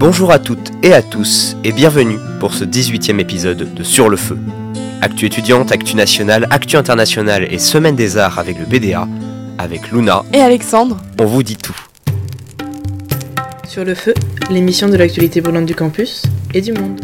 Bonjour à toutes et à tous et bienvenue pour ce 18e épisode de Sur le Feu. Actu étudiante, actu nationale, actu internationale et semaine des arts avec le BDA, avec Luna et Alexandre. On vous dit tout. Sur le Feu, l'émission de l'actualité brûlante du campus et du monde.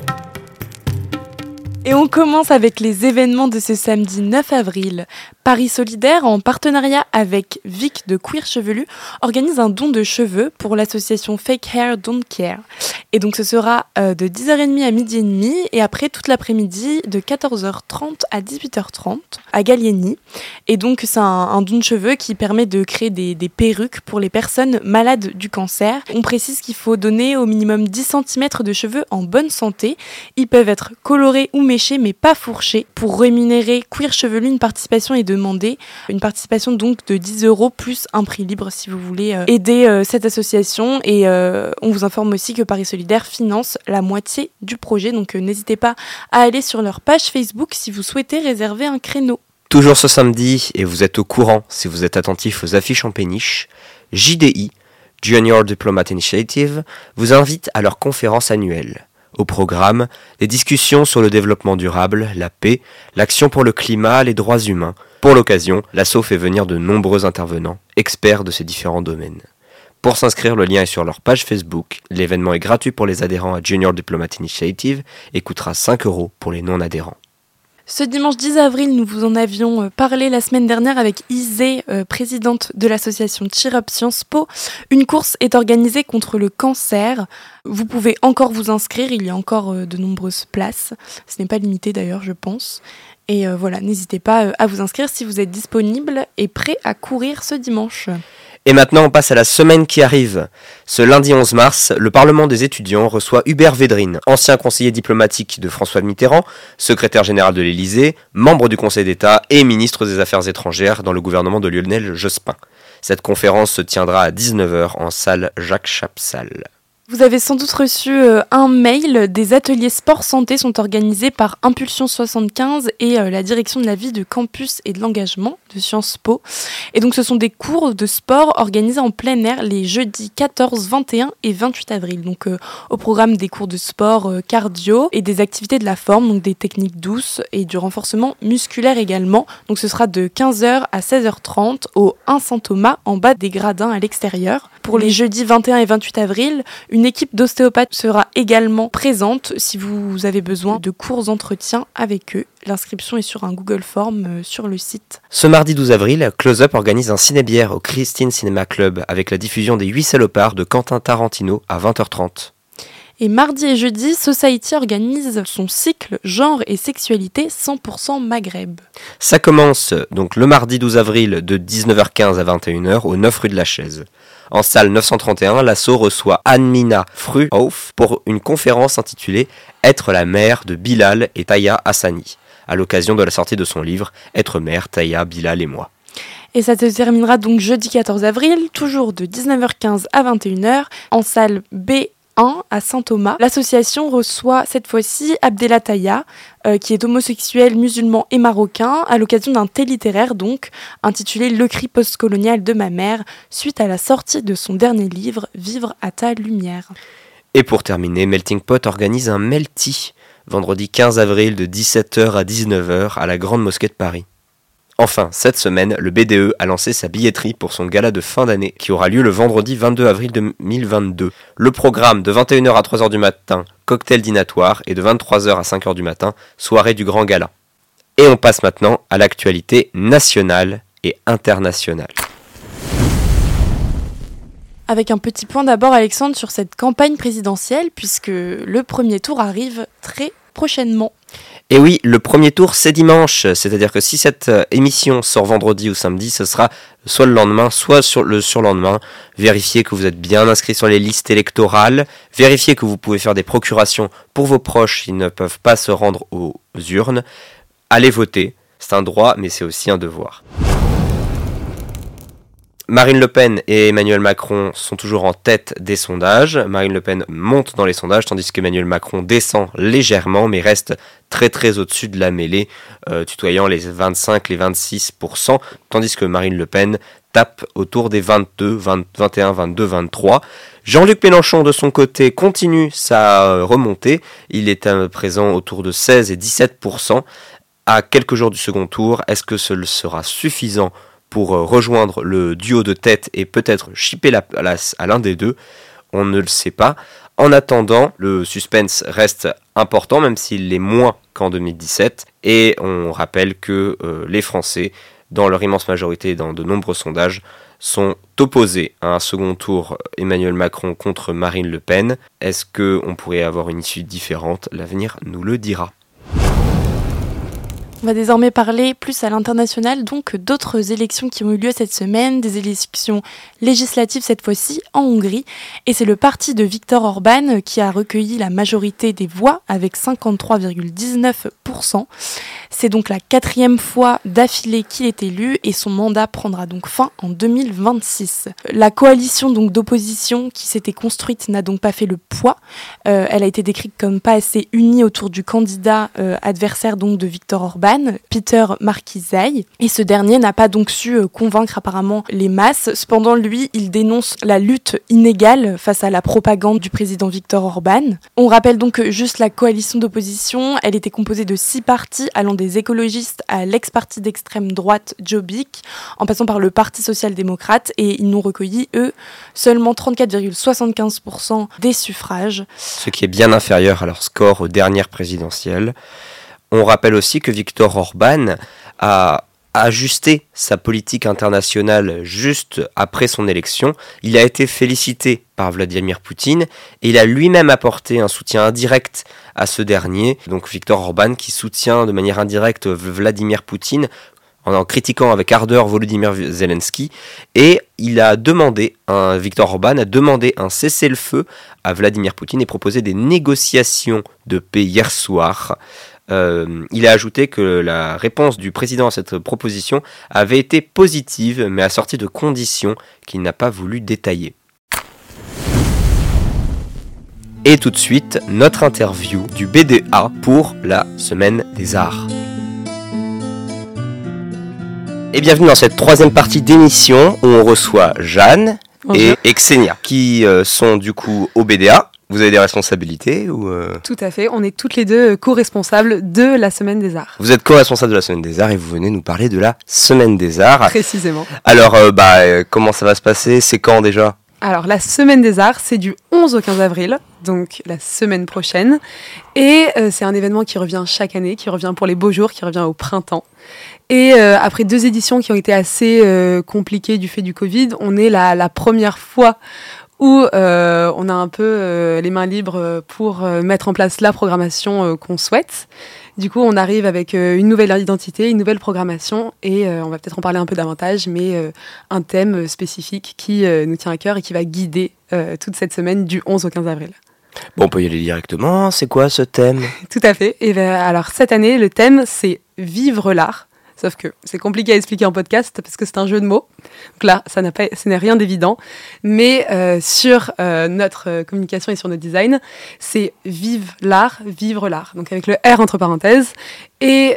Et on commence avec les événements de ce samedi 9 avril. Paris Solidaire, en partenariat avec Vic de Queer Chevelu, organise un don de cheveux pour l'association Fake Hair Don't Care. Et donc ce sera de 10h30 à 12h30 et après toute l'après-midi de 14h30 à 18h30 à Gallieni. Et donc c'est un don de cheveux qui permet de créer des perruques pour les personnes malades du cancer. On précise qu'il faut donner au minimum 10 cm de cheveux en bonne santé. Ils peuvent être colorés ou méchés mais pas fourchés. Pour rémunérer Queer Chevelu, une participation est demandée. Une participation donc de 10 € plus un prix libre si vous voulez aider cette association. Et on vous informe aussi que Paris Solidaire finance la moitié du projet. Donc n'hésitez pas à aller sur leur page Facebook si vous souhaitez réserver un créneau. Toujours ce samedi, et vous êtes au courant si vous êtes attentif aux affiches en péniche, JDI, Junior Diplomat Initiative, vous invite à leur conférence annuelle. Au programme, des discussions sur le développement durable, la paix, l'action pour le climat, les droits humains. Pour l'occasion, l'asso fait venir de nombreux intervenants, experts de ces différents domaines. Pour s'inscrire, le lien est sur leur page Facebook. L'événement est gratuit pour les adhérents à Junior Diplomat Initiative et coûtera 5 € pour les non-adhérents. Ce dimanche 10 avril, nous vous en avions parlé la semaine dernière avec Isée, présidente de l'association Cheer Up Sciences Po. Une course est organisée contre le cancer. Vous pouvez encore vous inscrire, il y a encore de nombreuses places. Ce n'est pas limité d'ailleurs, je pense. Et voilà, n'hésitez pas à vous inscrire si vous êtes disponible et prêt à courir ce dimanche. Et maintenant, on passe à la semaine qui arrive. Ce lundi 11 mars, le Parlement des étudiants reçoit Hubert Védrine, ancien conseiller diplomatique de François Mitterrand, secrétaire général de l'Élysée, membre du Conseil d'État et ministre des Affaires étrangères dans le gouvernement de Lionel Jospin. Cette conférence se tiendra à 19h en salle Jacques Chapsal. Vous avez sans doute reçu un mail. Des ateliers sport-santé sont organisés par Impulsion 75 et la direction de la vie de campus et de l'engagement de Sciences Po. Et donc ce sont des cours de sport organisés en plein air les jeudis 14, 21 et 28 avril. Donc au programme des cours de sport cardio et des activités de la forme, donc des techniques douces et du renforcement musculaire également. Donc ce sera de 15h à 16h30 au 1 Saint-Thomas en bas des gradins à l'extérieur. Pour les jeudis 21 et 28 avril, une équipe d'ostéopathes sera également présente si vous avez besoin de courts d'entretien avec eux. L'inscription est sur un Google Form sur le site. Ce mardi 12 avril, Close Up organise un ciné-bière au Christine Cinema Club avec la diffusion des 8 salopards de Quentin Tarantino à 20h30. Et mardi et jeudi, Society organise son cycle Genre et Sexualité 100% Maghreb. Ça commence donc le mardi 12 avril de 19h15 à 21h au 9 rue de la Chaise. En salle 931, l'asso reçoit Anmina Fruhoff pour une conférence intitulée « Être la mère de Bilal et Taya Hassani » à l'occasion de la sortie de son livre « Être mère, Taya, Bilal et moi ». Et ça se terminera donc jeudi 14 avril, toujours de 19h15 à 21h, en salle B1 à Saint-Thomas. L'association reçoit cette fois-ci Abdella Taya, qui est homosexuel, musulman et marocain, à l'occasion d'un thé littéraire donc, intitulé « Le cri postcolonial de ma mère », suite à la sortie de son dernier livre « Vivre à ta lumière ». Et pour terminer, Melting Pot organise un Melty, vendredi 15 avril de 17h à 19h à la Grande Mosquée de Paris. Enfin, cette semaine, le BDE a lancé sa billetterie pour son gala de fin d'année qui aura lieu le vendredi 22 avril 2022. Le programme de 21h à 3h du matin, cocktail dînatoire et de 23h à 5h du matin, soirée du grand gala. Et on passe maintenant à l'actualité nationale et internationale. Avec un petit point d'abord, Alexandre, sur cette campagne présidentielle, puisque le premier tour arrive très prochainement. Et oui, le premier tour c'est dimanche, c'est-à-dire que si cette émission sort vendredi ou samedi, ce sera soit le lendemain, soit sur le surlendemain. Vérifiez que vous êtes bien inscrit sur les listes électorales, vérifiez que vous pouvez faire des procurations pour vos proches qui ne peuvent pas se rendre aux urnes. Allez voter, c'est un droit mais c'est aussi un devoir. Marine Le Pen et Emmanuel Macron sont toujours en tête des sondages. Marine Le Pen monte dans les sondages, tandis qu'Emmanuel Macron descend légèrement, mais reste très très au-dessus de la mêlée, tutoyant les 25, les 26%, tandis que Marine Le Pen tape autour des 22, 21, 22, 23. Jean-Luc Mélenchon, de son côté, continue sa remontée. Il est à présent autour de 16 et 17%. À quelques jours du second tour, est-ce que ce sera suffisant pour rejoindre le duo de tête et peut-être chipper la place à l'un des deux? On ne le sait pas. En attendant, le suspense reste important, même s'il l'est moins qu'en 2017. Et on rappelle que les Français, dans leur immense majorité et dans de nombreux sondages, sont opposés à un second tour Emmanuel Macron contre Marine Le Pen. Est-ce qu'on pourrait avoir une issue différente? L'avenir nous le dira. On va désormais parler plus à l'international, donc d'autres élections qui ont eu lieu cette semaine, des élections législatives cette fois-ci en Hongrie. Et c'est le parti de Viktor Orban qui a recueilli la majorité des voix avec 53,19%. C'est donc la 4e fois d'affilée qu'il est élu et son mandat prendra donc fin en 2026. La coalition donc d'opposition qui s'était construite n'a donc pas fait le poids. Elle a été décrite comme pas assez unie autour du candidat adversaire donc de Viktor Orban, Peter Markizai, et ce dernier n'a pas donc su convaincre apparemment les masses. Cependant, lui, il dénonce la lutte inégale face à la propagande du président Viktor Orban. On rappelle donc que juste la coalition d'opposition, elle était composée de 6 partis allant des écologistes à l'ex-parti d'extrême droite Jobbik, en passant par le Parti social-démocrate, et ils n'ont recueilli, eux, seulement 34,75% des suffrages. Ce qui est bien inférieur à leur score aux dernières présidentielles. On rappelle aussi que Viktor Orban a ajusté sa politique internationale juste après son élection. Il a été félicité par Vladimir Poutine et il a lui-même apporté un soutien indirect à ce dernier. Donc Viktor Orban qui soutient de manière indirecte Vladimir Poutine en critiquant avec ardeur Volodymyr Zelensky, et Viktor Orban a demandé un cessez-le-feu à Vladimir Poutine et proposé des négociations de paix hier soir. Il a ajouté que la réponse du président à cette proposition avait été positive, mais assortie de conditions qu'il n'a pas voulu détailler. Et tout de suite, notre interview du BDA pour la Semaine des Arts. Et bienvenue dans cette 3e partie d'émission où on reçoit Jeanne et Xenia qui sont du coup au BDA. Vous avez des responsabilités ou Tout à fait, on est toutes les deux co-responsables de la Semaine des Arts. Vous êtes co-responsable de la Semaine des Arts et vous venez nous parler de la Semaine des Arts. Précisément. Alors, comment ça va se passer? C'est quand déjà? Alors, la Semaine des Arts, c'est du 11 au 15 avril, donc la semaine prochaine. Et c'est un événement qui revient chaque année, qui revient pour les beaux jours, qui revient au printemps. Et après 2 éditions qui ont été assez compliquées du fait du Covid, on est la première fois où on a un peu les mains libres pour mettre en place la programmation qu'on souhaite. Du coup, on arrive avec une nouvelle identité, une nouvelle programmation, et on va peut-être en parler un peu davantage, mais un thème spécifique qui nous tient à cœur et qui va guider toute cette semaine du 11 au 15 avril. Bon, on peut y aller directement. C'est quoi ce thème? Tout à fait. Et alors, cette année, le thème, c'est « Vivre l'art ». Sauf que c'est compliqué à expliquer en podcast parce que c'est un jeu de mots. Donc là, ce n'est rien d'évident. Mais sur notre communication et sur notre design, c'est vive l'art, vivre l'art. Donc avec le R entre parenthèses. Et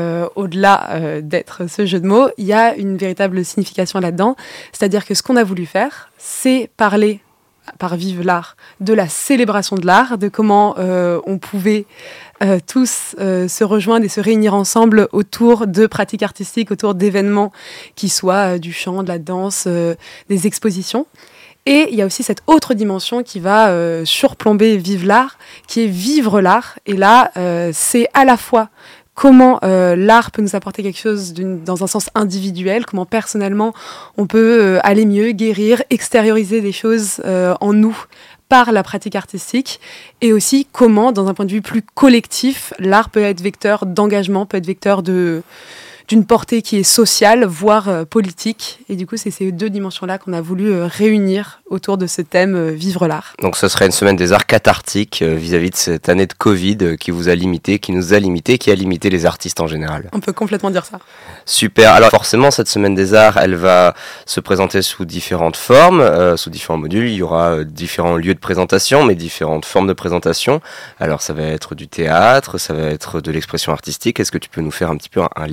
au-delà d'être ce jeu de mots, il y a une véritable signification là-dedans. C'est-à-dire que ce qu'on a voulu faire, c'est parler par Vive l'art, de la célébration de l'art, de comment on pouvait tous se rejoindre et se réunir ensemble autour de pratiques artistiques, autour d'événements qui soient du chant, de la danse, des expositions. Et il y a aussi cette autre dimension qui va surplomber Vive l'art, qui est vivre l'art. Et là, c'est à la fois comment l'art peut nous apporter quelque chose dans un sens individuel, comment personnellement on peut aller mieux, guérir, extérioriser des choses en nous par la pratique artistique, et aussi comment, dans un point de vue plus collectif, l'art peut être vecteur d'engagement, peut être vecteur d'une portée qui est sociale, voire politique. Et du coup, c'est ces 2 dimensions-là qu'on a voulu réunir autour de ce thème Vivre l'art. Donc ce serait une Semaine des Arts cathartique vis-à-vis de cette année de Covid qui vous a limité, qui nous a limité, qui a limité les artistes en général. On peut complètement dire ça. Super. Alors forcément, cette Semaine des Arts, elle va se présenter sous différentes formes, sous différents modules. Il y aura différents lieux de présentation, mais différentes formes de présentation. Alors ça va être du théâtre, ça va être de l'expression artistique. Est-ce que tu peux nous faire un petit peu un listing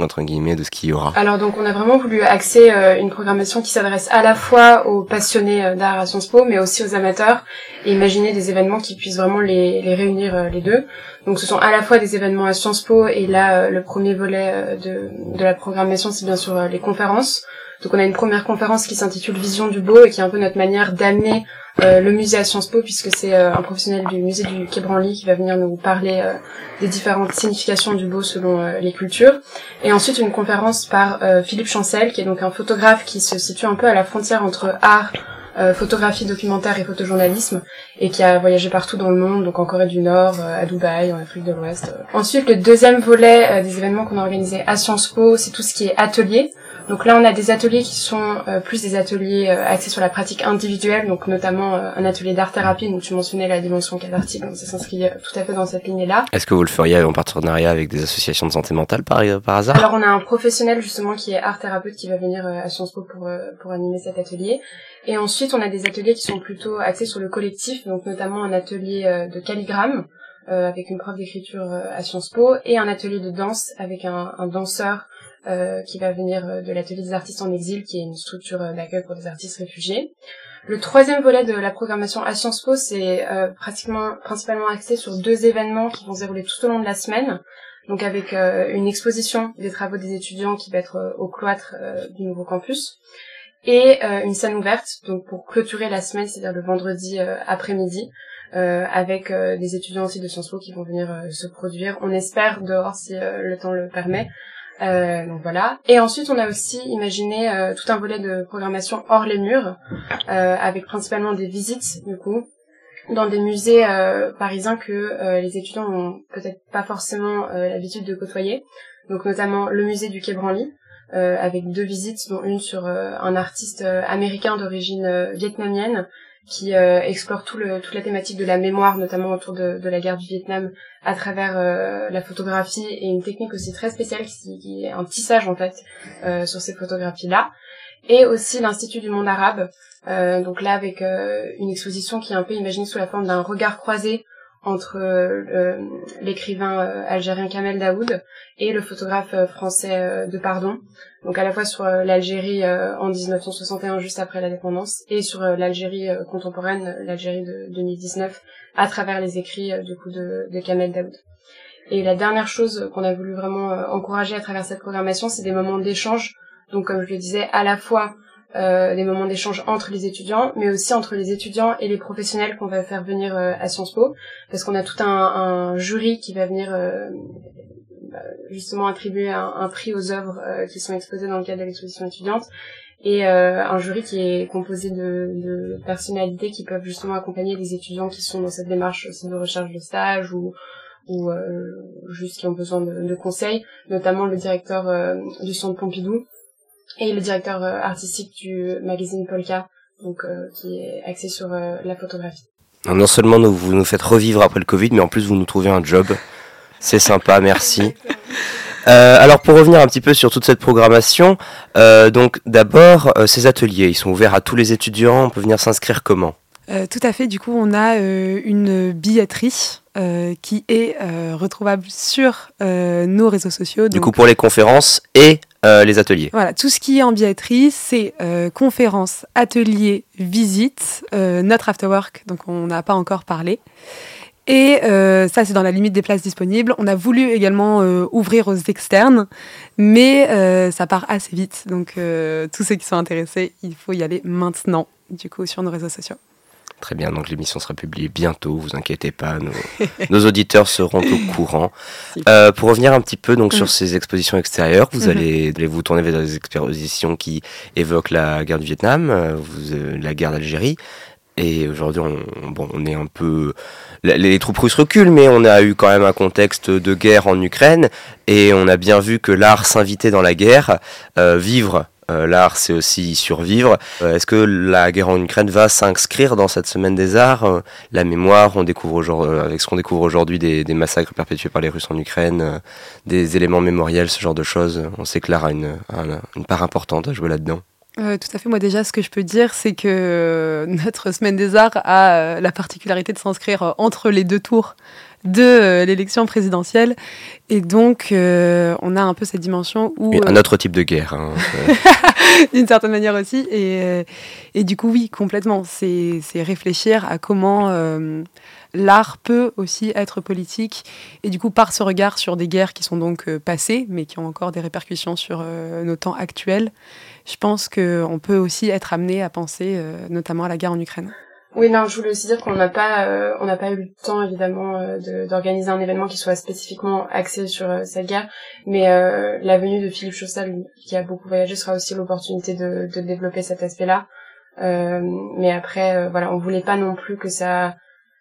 entre guillemets, de ce qu'il y aura? Alors donc on a vraiment voulu axer une programmation qui s'adresse à la fois aux passionnés d'art à Sciences Po, mais aussi aux amateurs, et imaginer des événements qui puissent vraiment les réunir les deux. Donc ce sont à la fois des événements à Sciences Po, et là le premier volet de la programmation, c'est bien sûr les conférences. Donc on a une première conférence qui s'intitule Vision du beau, et qui est un peu notre manière d'amener le musée à Sciences Po, puisque c'est un professionnel du musée du Quai Branly qui va venir nous parler des différentes significations du beau selon les cultures. Et ensuite une conférence par Philippe Chancel, qui est donc un photographe qui se situe un peu à la frontière entre art, photographie documentaire et photojournalisme, et qui a voyagé partout dans le monde, donc en Corée du Nord, à Dubaï, en Afrique de l'Ouest. Ensuite, le deuxième volet des événements qu'on a organisés à Sciences Po, c'est tout ce qui est atelier. Donc là, on a des ateliers qui sont plus des ateliers axés sur la pratique individuelle, donc notamment un atelier d'art-thérapie, donc tu mentionnais la dimension cathartique, donc ça s'inscrit tout à fait dans cette lignée-là. Est-ce que vous le feriez en partenariat avec des associations de santé mentale par hasard? Alors on a un professionnel justement qui est art-thérapeute qui va venir à Sciences Po pour animer cet atelier. Et ensuite, on a des ateliers qui sont plutôt axés sur le collectif, donc notamment un atelier de calligramme avec une prof d'écriture à Sciences Po, et un atelier de danse avec un danseur qui va venir de l'atelier des artistes en exil, qui est une structure d'accueil pour des artistes réfugiés. Le troisième volet de la programmation à Sciences Po, c'est principalement axé sur 2 événements qui vont se dérouler tout au long de la semaine. Donc avec une exposition des travaux des étudiants qui va être au cloître du nouveau campus, et une scène ouverte, donc pour clôturer la semaine, c'est-à-dire le vendredi après-midi, avec des étudiants aussi de Sciences Po qui vont venir se produire. On espère dehors si le temps le permet. Donc voilà. Et ensuite, on a aussi imaginé tout un volet de programmation hors les murs, avec principalement des visites, du coup, dans des musées parisiens que les étudiants n'ont peut-être pas forcément l'habitude de côtoyer. Donc notamment le musée du Quai Branly, avec 2 visites, dont une sur un artiste américain d'origine vietnamienne, qui explore toute la thématique de la mémoire, notamment autour de la guerre du Vietnam, à travers la photographie, et une technique aussi très spéciale qui est un tissage en fait sur ces photographies-là. Et aussi l'Institut du monde arabe, donc là avec une exposition qui est un peu imaginée sous la forme d'un regard croisé entre l'écrivain algérien Kamel Daoud et le photographe français Depardon, donc à la fois sur l'Algérie en 1961 juste après l'indépendance, et sur l'Algérie contemporaine, l'Algérie de 2019, à travers les écrits du coup de Kamel Daoud. Et la dernière chose qu'on a voulu vraiment encourager à travers cette programmation, c'est des moments d'échange, donc comme je le disais, à la fois des moments d'échange entre les étudiants, mais aussi entre les étudiants et les professionnels qu'on va faire venir à Sciences Po, parce qu'on a tout un jury qui va venir justement attribuer un prix aux œuvres qui sont exposées dans le cadre de l'exposition étudiante, et un jury qui est composé de personnalités qui peuvent justement accompagner les étudiants qui sont dans cette démarche aussi de recherche de stage ou juste qui ont besoin de conseils, notamment le directeur du Centre Pompidou et le directeur artistique du magazine Polka, donc qui est axé sur la photographie. Non seulement vous nous faites revivre après le Covid, mais en plus vous nous trouvez un job. C'est sympa, merci. Alors pour revenir un petit peu sur toute cette programmation, donc d'abord ces ateliers, ils sont ouverts à tous les étudiants, on peut venir s'inscrire comment? Tout à fait, du coup on a une billetterie qui est retrouvable sur nos réseaux sociaux. Du coup pour les conférences et les ateliers. Voilà, tout ce qui est en billetterie, c'est conférences, ateliers, visites, notre afterwork, donc on n'a pas encore parlé. Et ça, c'est dans la limite des places disponibles. On a voulu également ouvrir aux externes, mais ça part assez vite. Donc tous ceux qui sont intéressés, il faut y aller maintenant, du coup, sur nos réseaux sociaux. Très bien, donc l'émission sera publiée bientôt, vous inquiétez pas, nos auditeurs seront au courant. Pour revenir un petit peu donc sur ces expositions extérieures, vous allez vous tourner vers des expositions qui évoquent la guerre du Vietnam, la guerre d'Algérie. Et aujourd'hui, on est un peu... Les troupes russes reculent, mais on a eu quand même un contexte de guerre en Ukraine, et on a bien vu que l'art s'invitait dans la guerre, vivre. L'art, c'est aussi survivre. Est-ce que la guerre en Ukraine va s'inscrire dans cette semaine des arts? La mémoire, on découvre avec ce qu'on découvre aujourd'hui des massacres perpétués par les Russes en Ukraine, des éléments mémoriels, ce genre de choses. On sait que l'art a une part importante à jouer là-dedans. Tout à fait. Moi, déjà, ce que je peux dire, c'est que notre Semaine des Arts a la particularité de s'inscrire entre les 2 tours de l'élection présidentielle. Et donc, on a un peu cette dimension où... Un autre type de guerre. Hein. D'une certaine manière aussi. Et du coup, oui, complètement. C'est réfléchir à comment l'art peut aussi être politique. Et du coup, par ce regard sur des guerres qui sont donc passées, mais qui ont encore des répercussions sur nos temps actuels, je pense qu'on peut aussi être amené à penser notamment à la guerre en Ukraine. Oui, non, je voulais aussi dire qu'on n'a pas eu le temps évidemment d'organiser un événement qui soit spécifiquement axé sur cette guerre, mais la venue de Philippe Chaussal, qui a beaucoup voyagé, sera aussi l'opportunité de développer cet aspect-là. Mais après, voilà, on voulait pas non plus que ça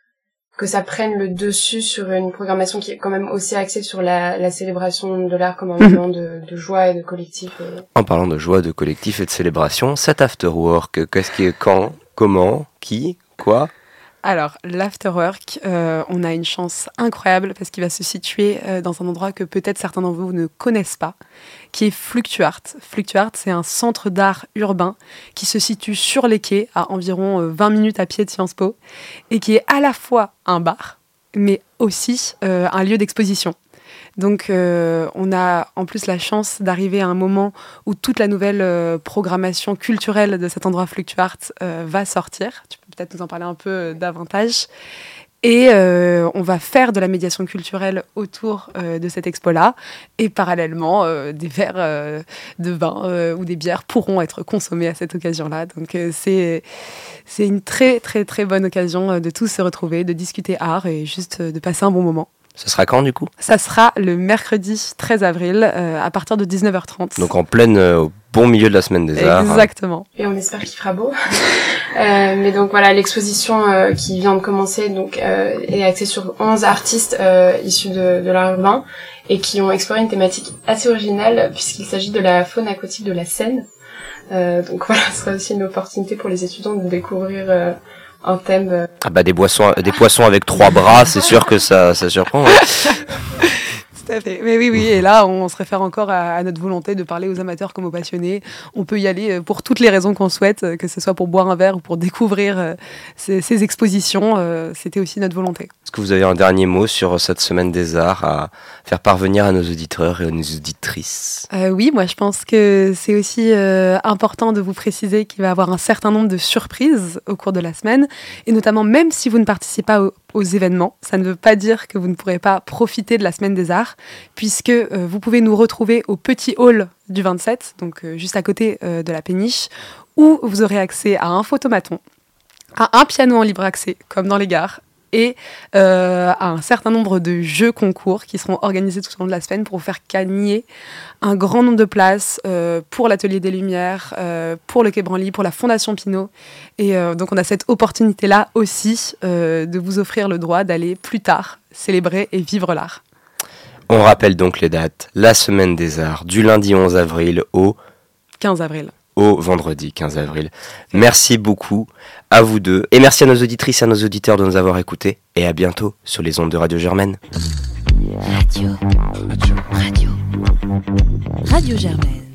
prenne le dessus sur une programmation qui est quand même aussi axée sur la célébration de l'art comme un moment de joie et de collectif. En parlant de joie, de collectif et de célébration, cet afterwork, qu'est-ce qui est quand, comment, qui, quoi ? Alors, l'Afterwork, on a une chance incroyable parce qu'il va se situer dans un endroit que peut-être certains d'entre vous ne connaissent pas, qui est Fluctuart. Fluctuart, c'est un centre d'art urbain qui se situe sur les quais, à environ 20 minutes à pied de Sciences Po, et qui est à la fois un bar, mais aussi un lieu d'exposition. Donc, on a en plus la chance d'arriver à un moment où toute la nouvelle programmation culturelle de cet endroit Fluctuart va sortir. Tu peux peut-être nous en parler un peu davantage. Et on va faire de la médiation culturelle autour de cette expo-là. Et parallèlement, des verres de vin ou des bières pourront être consommés à cette occasion-là. Donc, c'est une très, très, très bonne occasion de tous se retrouver, de discuter art et juste de passer un bon moment. Ce sera quand, du coup ? Ça sera le mercredi 13 avril, à partir de 19h30. Donc en pleine, au bon milieu de la semaine des arts. Exactement. Et on espère qu'il fera beau. Mais donc voilà, l'exposition qui vient de commencer donc est axée sur 11 artistes issus de l'art urbain et qui ont exploré une thématique assez originale puisqu'il s'agit de la faune aquatique de la Seine. Donc voilà, ce sera aussi une opportunité pour les étudiants de découvrir un thème. Ah bah des poissons avec 3 bras, c'est sûr que ça surprend. Ouais. Tout à fait. Mais oui, et là, on se réfère encore à notre volonté de parler aux amateurs comme aux passionnés. On peut y aller pour toutes les raisons qu'on souhaite, que ce soit pour boire un verre ou pour découvrir ces expositions. C'était aussi notre volonté. Est-ce que vous avez un dernier mot sur cette semaine des arts à faire parvenir à nos auditeurs et à nos auditrices ? Oui, moi je pense que c'est aussi important de vous préciser qu'il va y avoir un certain nombre de surprises au cours de la semaine, et notamment même si vous ne participez pas aux événements, ça ne veut pas dire que vous ne pourrez pas profiter de la semaine des arts, puisque vous pouvez nous retrouver au petit hall du 27, donc juste à côté de la péniche, où vous aurez accès à un photomaton, à un piano en libre accès, comme dans les gares, et à un certain nombre de jeux concours qui seront organisés tout au long de la semaine pour vous faire gagner un grand nombre de places pour l'Atelier des Lumières, pour le Quai Branly, pour la Fondation Pinault. Et donc on a cette opportunité-là aussi de vous offrir le droit d'aller plus tard célébrer et vivre l'art. On rappelle donc les dates. La semaine des arts, du lundi 11 avril au 15 avril. Au vendredi 15 avril. Merci beaucoup à vous deux. Et merci à nos auditrices et à nos auditeurs de nous avoir écoutés. Et à bientôt sur les ondes de Radio Germaine. Radio Germaine.